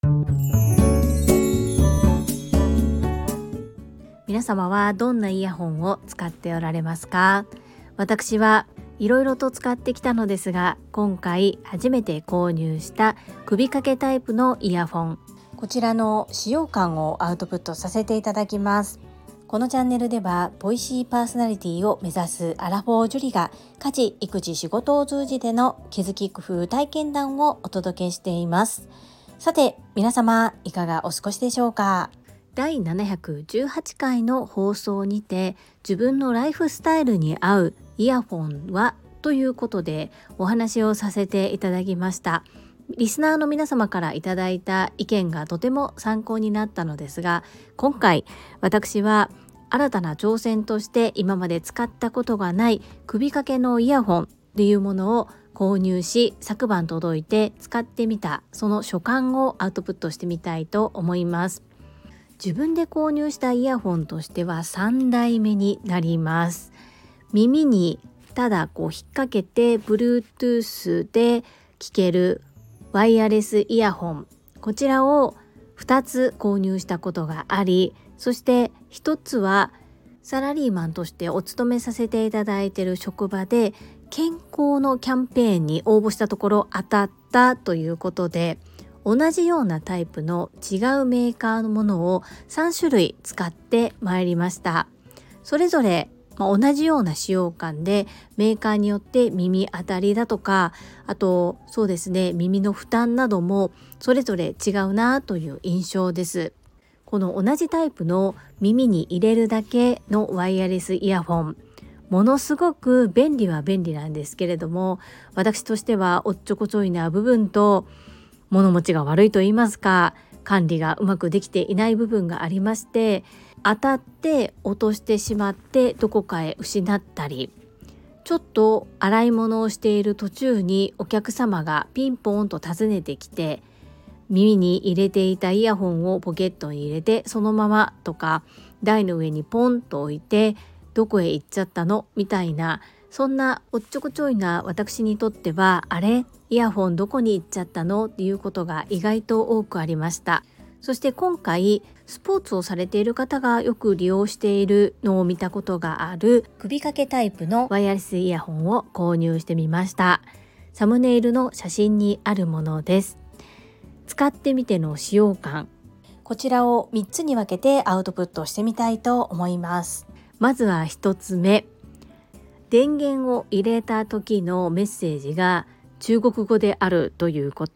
皆様はどんなイヤホンを使っておられますか？私はいろいろと使ってきたのですが、今回初めて購入した首掛けタイプのイヤホン、こちらの使用感をアウトプットさせていただきます。このチャンネルではボイシーパーソナリティを目指すアラフォージュリが家事・育児・仕事を通じての気づき工夫体験談をお届けしています。さて皆様いかがお過ごしでしょうか？第718回の放送にて自分のライフスタイルに合うイヤホンはということでお話をさせていただきました。リスナーの皆様からいただいた意見がとても参考になったのですが、今回私は新たな挑戦として今まで使ったことがない首掛けのイヤホンっていうものを購入し、昨晩届いて使ってみたその所感をアウトプットしてみたいと思います。自分で購入したイヤホンとしては3代目になります。耳にただ引っ掛けて Bluetooth で聴けるワイヤレスイヤホン、こちらを2つ購入したことがあり、そして1つはサラリーマンとしてお勤めさせていただいている職場で健康のキャンペーンに応募したところ当たったということで、同じようなタイプの違うメーカーのものを3種類使ってまいりました。それぞれ同じような使用感でメーカーによって耳当たりだとか、あとそうですね、耳の負担などもそれぞれ違うなという印象です。この同じタイプの耳に入れるだけのワイヤレスイヤホン、ものすごく便利は便利なんですけれども、私としてはおっちょこちょいな部分と物持ちが悪いと言いますか、管理がうまくできていない部分がありまして、当たって落としてしまってどこかへ失ったり、ちょっと洗い物をしている途中にお客様がピンポンと訪ねてきて、耳に入れていたイヤホンをポケットに入れてそのままとか、台の上にポンと置いてどこへ行っちゃったのみたいな、そんなおっちょこちょいな私にとっては、あれイヤホンどこに行っちゃったのっていうことが意外と多くありました。そして今回スポーツをされている方がよく利用しているのを見たことがある首掛けタイプのワイヤレスイヤホンを購入してみました。サムネイルの写真にあるものです。使ってみての使用感、こちらを3つに分けてアウトプットしてみたいと思います。まずは1つ目、電源を入れた時のメッセージが中国語であるということ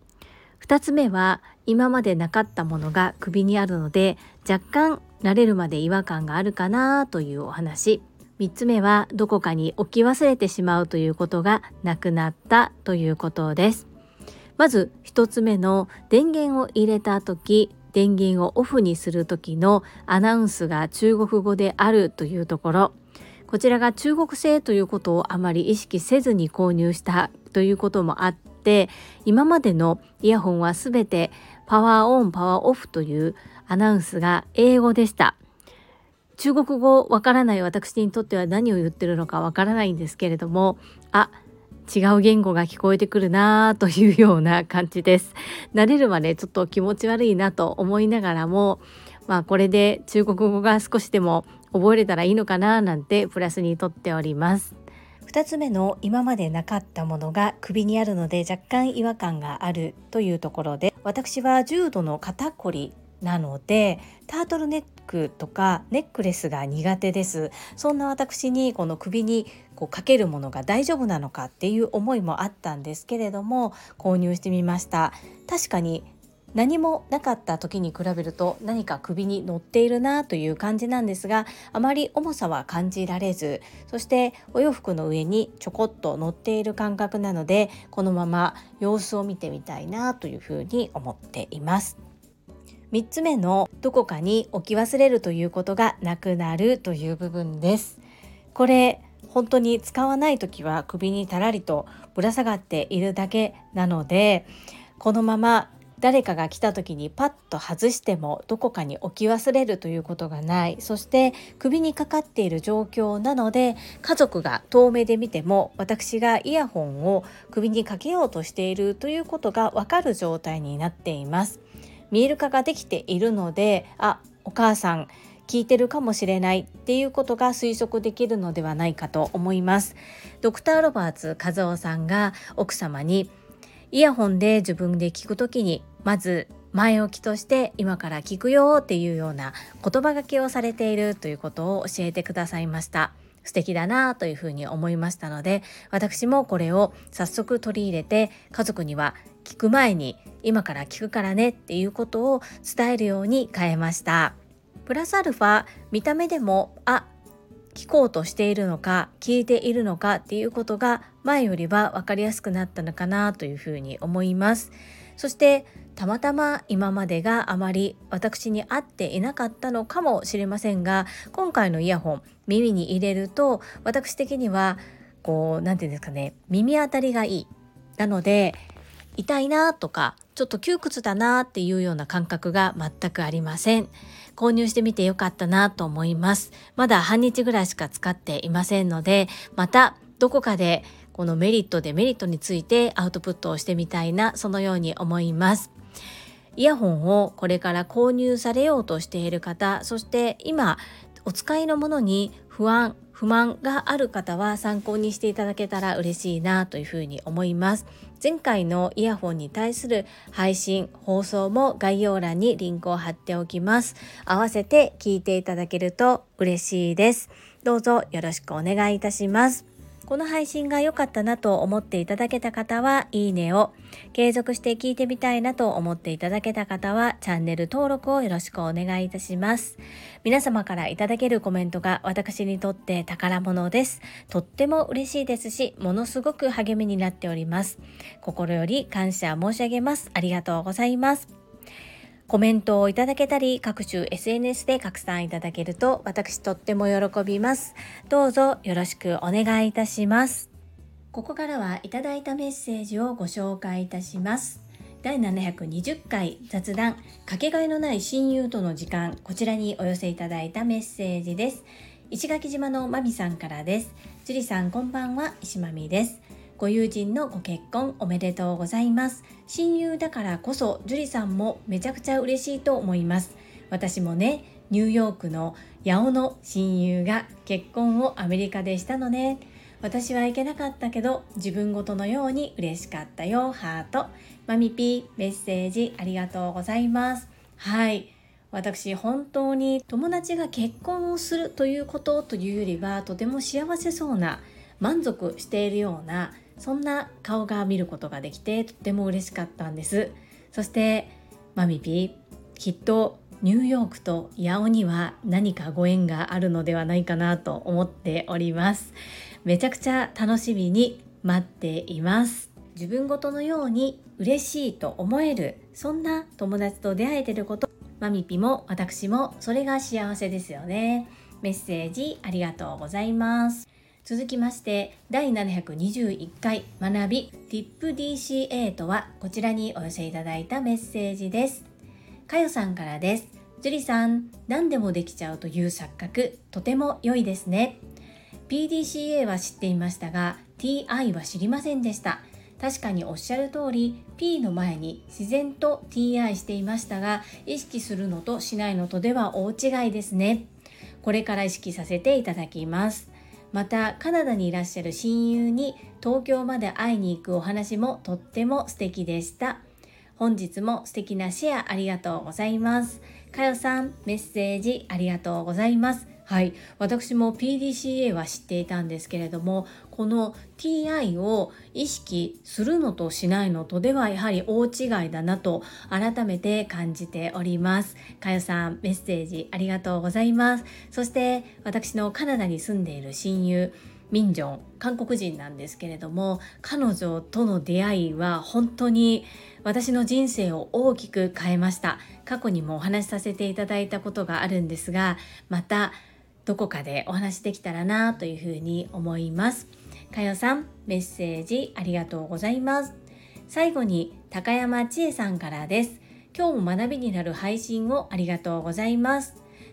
。2つ目は今までなかったものが首にあるので若干慣れるまで違和感があるかなというお話。3つ目はどこかに置き忘れてしまうということがなくなったということです。まず1つ目の電源を入れた時、電源をオフにする時のアナウンスが中国語であるというところ、こちらが中国製ということをあまり意識せずに購入したということもあって、今までのイヤホンはすべてパワーオンパワーオフというアナウンスが英語でした。中国語わからない私にとっては何を言ってるのかわからないんですけれども、違う言語が聞こえてくるなというような感じです。慣れるまでちょっと気持ち悪いなと思いながらも、これで中国語が少しでも覚えれたらいいのかななんてプラスにとっております。2つ目の今までなかったものが首にあるので若干違和感があるというところで、私は重度の肩こりなのでタートルネックとかネックレスが苦手です。そんな私にこの首にかけるものが大丈夫なのかっていう思いもあったんですけれども、購入してみました。確かに何もなかった時に比べると何か首に乗っているなという感じなんですが、あまり重さは感じられず、そしてお洋服の上にちょこっと乗っている感覚なので、このまま様子を見てみたいなというふうに思っています。3つ目のどこかに置き忘れるということがなくなるという部分です。これ本当に使わない時は首にたらりとぶら下がっているだけなので、このまま誰かが来た時にパッと外してもどこかに置き忘れるということがない。そして首にかかっている状況なので、家族が遠目で見ても私がイヤホンを首にかけようとしているということがわかる状態になっています。見える化ができているので、お母さん聞いてるかもしれないっていうことが推測できるのではないかと思います。ドクター・ロバーツ和夫さんが奥様にイヤホンで自分で聞くときにまず前置きとして今から聞くよっていうような言葉がけをされているということを教えてくださいました。素敵だなというふうに思いましたので、私もこれを早速取り入れて家族には聞く前に今から聞くからねっていうことを伝えるように変えました。プラスアルファ見た目でも聞こうとしているのか聞いているのかっていうことが前よりは分かりやすくなったのかなというふうに思います。そしてたまたま今までがあまり私に合っていなかったのかもしれませんが、今回のイヤホン耳に入れると私的にはなんていうんですかね、耳当たりがいい。なので痛いなとかちょっと窮屈だなっていうような感覚が全くありません。購入してみてよかったなと思います。まだ半日ぐらいしか使っていませんので、またどこかでこのメリットデメリットについてアウトプットをしてみたいな、そのように思います。イヤホンをこれから購入されようとしている方、そして今お使いのものに不安不満がある方は参考にしていただけたら嬉しいなというふうに思います。前回のイヤホンに対する配信放送も概要欄にリンクを貼っておきます。合わせて聞いていただけると嬉しいです。どうぞよろしくお願いいたします。この配信が良かったなと思っていただけた方はいいねを、継続して聞いてみたいなと思っていただけた方はチャンネル登録をよろしくお願いいたします。皆様からいただけるコメントが私にとって宝物です。とっても嬉しいですし、ものすごく励みになっております。心より感謝申し上げます。ありがとうございます。コメントをいただけたり、各種 SNS で拡散いただけると私とっても喜びます。どうぞよろしくお願いいたします。ここからはいただいたメッセージをご紹介いたします。第720回雑談かけがえのない親友との時間、こちらにお寄せいただいたメッセージです。石垣島のまみさんからです。樹里さんこんばんは、石まみです。ご友人のご結婚おめでとうございます。親友だからこそ樹里さんもめちゃくちゃ嬉しいと思います。私もね、ニューヨークの八尾の親友が結婚をアメリカでしたのね。私は行けなかったけど自分ごとのように嬉しかったよ。ハート。マミピーメッセージありがとうございます。はい、私本当に友達が結婚をするということというよりは、とても幸せそうな、満足しているような、そんな顔が見ることができてとっても嬉しかったんです。そしてマミピー、きっとニューヨークと八尾には何かご縁があるのではないかなと思っております。めちゃくちゃ楽しみに待っています。自分ごとのように嬉しいと思える、そんな友達と出会えていること、マミピも私もそれが幸せですよね。メッセージありがとうございます。続きまして第721回学び TIPDCA とは、こちらにお寄せいただいたメッセージです。かよさんからです。樹里さん、何でもできちゃうという錯覚、とても良いですね。PDCA は知っていましたが TI は知りませんでした。確かにおっしゃる通り P の前に自然と TI していましたが、意識するのとしないのとでは大違いですね。これから意識させていただきます。またカナダにいらっしゃる親友に東京まで会いに行くお話もとっても素敵でした。本日も素敵なシェアありがとうございます。かよさん、メッセージありがとうございます。はい、私も PDCA は知っていたんですけれども、この TI を意識するのとしないのとではやはり大違いだなと改めて感じております。かよさん、メッセージありがとうございます。そして私のカナダに住んでいる親友ミンジョン、韓国人なんですけれども、彼女との出会いは本当に私の人生を大きく変えました。過去にもお話しさせていただいたことがあるんですが、またどこかでお話できたらなというふうに思います。かよさん、メッセージありがとうございます。 最後に高山千恵さんからです。今日も学びになる配信をありがとうございます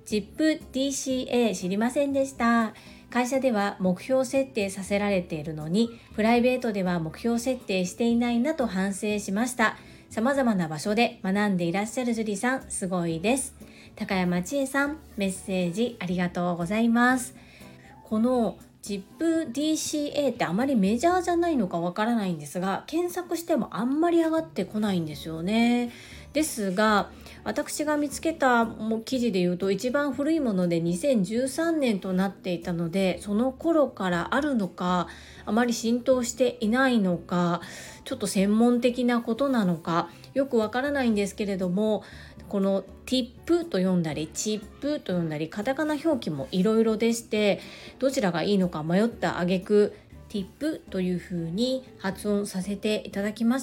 。ZIPDCA 知りませんでした。会社では目標設定させられているのに、プライベートでは目標設定していないなと反省しました。様々な場所で学んでいらっしゃる樹里さん、すごいです。高山千恵さん、メッセージありがとうございます。この ZIPDCA ってあまりメジャーじゃないのかわからないんですが、検索してもあんまり上がってこないんですよね。ですが、私が見つけた記事で言うと一番古いもので2013年となっていたので、その頃からあるのか、あまり浸透していないのか、ちょっと専門的なことなのかよくわからないんですけれども、この TIP と読んだりチップと読んだりカタカナ表記もいろいろでして、どちらがいいのか迷った挙句 TIP というふうに発音させていただきました。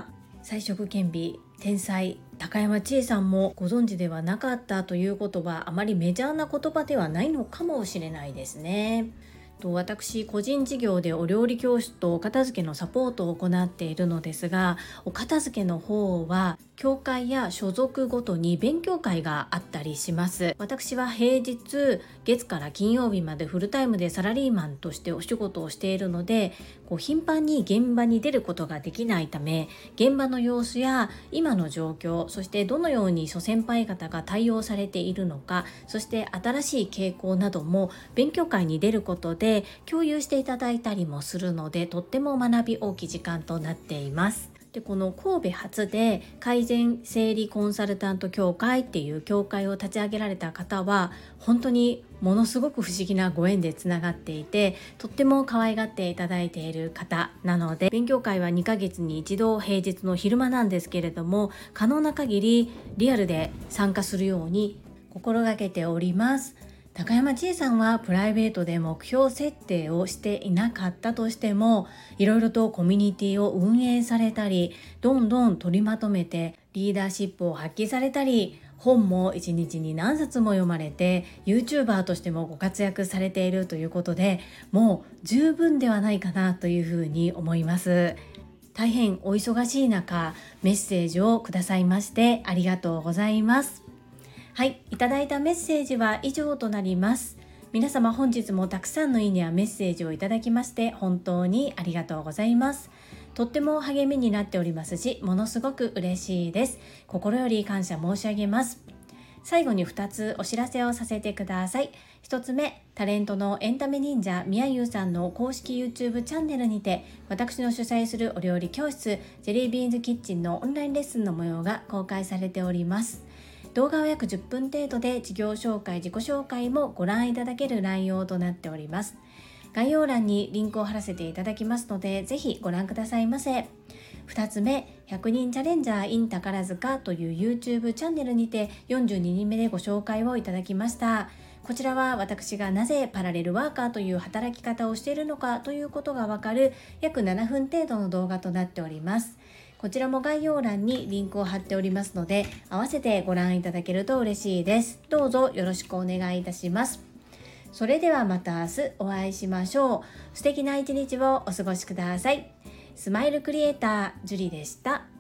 才色兼備天才高山千恵さんもご存知ではなかったということは、あまりメジャーな言葉ではないのかもしれないですね。私、個人事業でお料理教室とお片付けのサポートを行っているのですが、お片付けの方は協会や所属ごとに勉強会があったりします。私は平日月から金曜日までフルタイムでサラリーマンとしてお仕事をしているので、頻繁に現場に出ることができないため、現場の様子や今の状況、そしてどのように諸先輩方が対応されているのか、そして新しい傾向なども勉強会に出ることで共有していただいたりもするので、とっても学び大きい時間となっています。で、この神戸発で改善整理コンサルタント協会っていう協会を立ち上げられた方は、本当にものすごく不思議なご縁でつながっていて、とっても可愛がっていただいている方なので、勉強会は2ヶ月に一度平日の昼間なんですけれども、可能な限りリアルで参加するように心がけております。高山千恵さんはプライベートで目標設定をしていなかったとしても、いろいろとコミュニティを運営されたり、どんどん取りまとめてリーダーシップを発揮されたり、本も1日に何冊も読まれて YouTuber としてもご活躍されているということで、もう十分ではないかなというふうに思います。大変お忙しい中、メッセージをくださいましてありがとうございます。はい、いただいたメッセージは以上となります。皆様、本日もたくさんのいいねやメッセージをいただきまして本当にありがとうございます。とっても励みになっておりますし、ものすごく嬉しいです。心より感謝申し上げます。最後に2つお知らせをさせてください。1つ目、タレントのエンタメ忍者みやゆうさんの公式 YouTube チャンネルにて、私の主催するお料理教室ジェリービーンズキッチンのオンラインレッスンの模様が公開されております。動画は約10分程度で、事業紹介、自己紹介もご覧いただける内容となっております。概要欄にリンクを貼らせていただきますので、ぜひご覧くださいませ。2つ目、100人チャレンジャー in 宝塚という YouTube チャンネルにて42人目でご紹介をいただきました。こちらは私がなぜパラレルワーカーという働き方をしているのかということがわかる約7分程度の動画となっております。こちらも概要欄にリンクを貼っておりますので、合わせてご覧いただけると嬉しいです。どうぞよろしくお願いいたします。それではまた明日お会いしましょう。素敵な一日をお過ごしください。スマイルクリエイタージュリでした。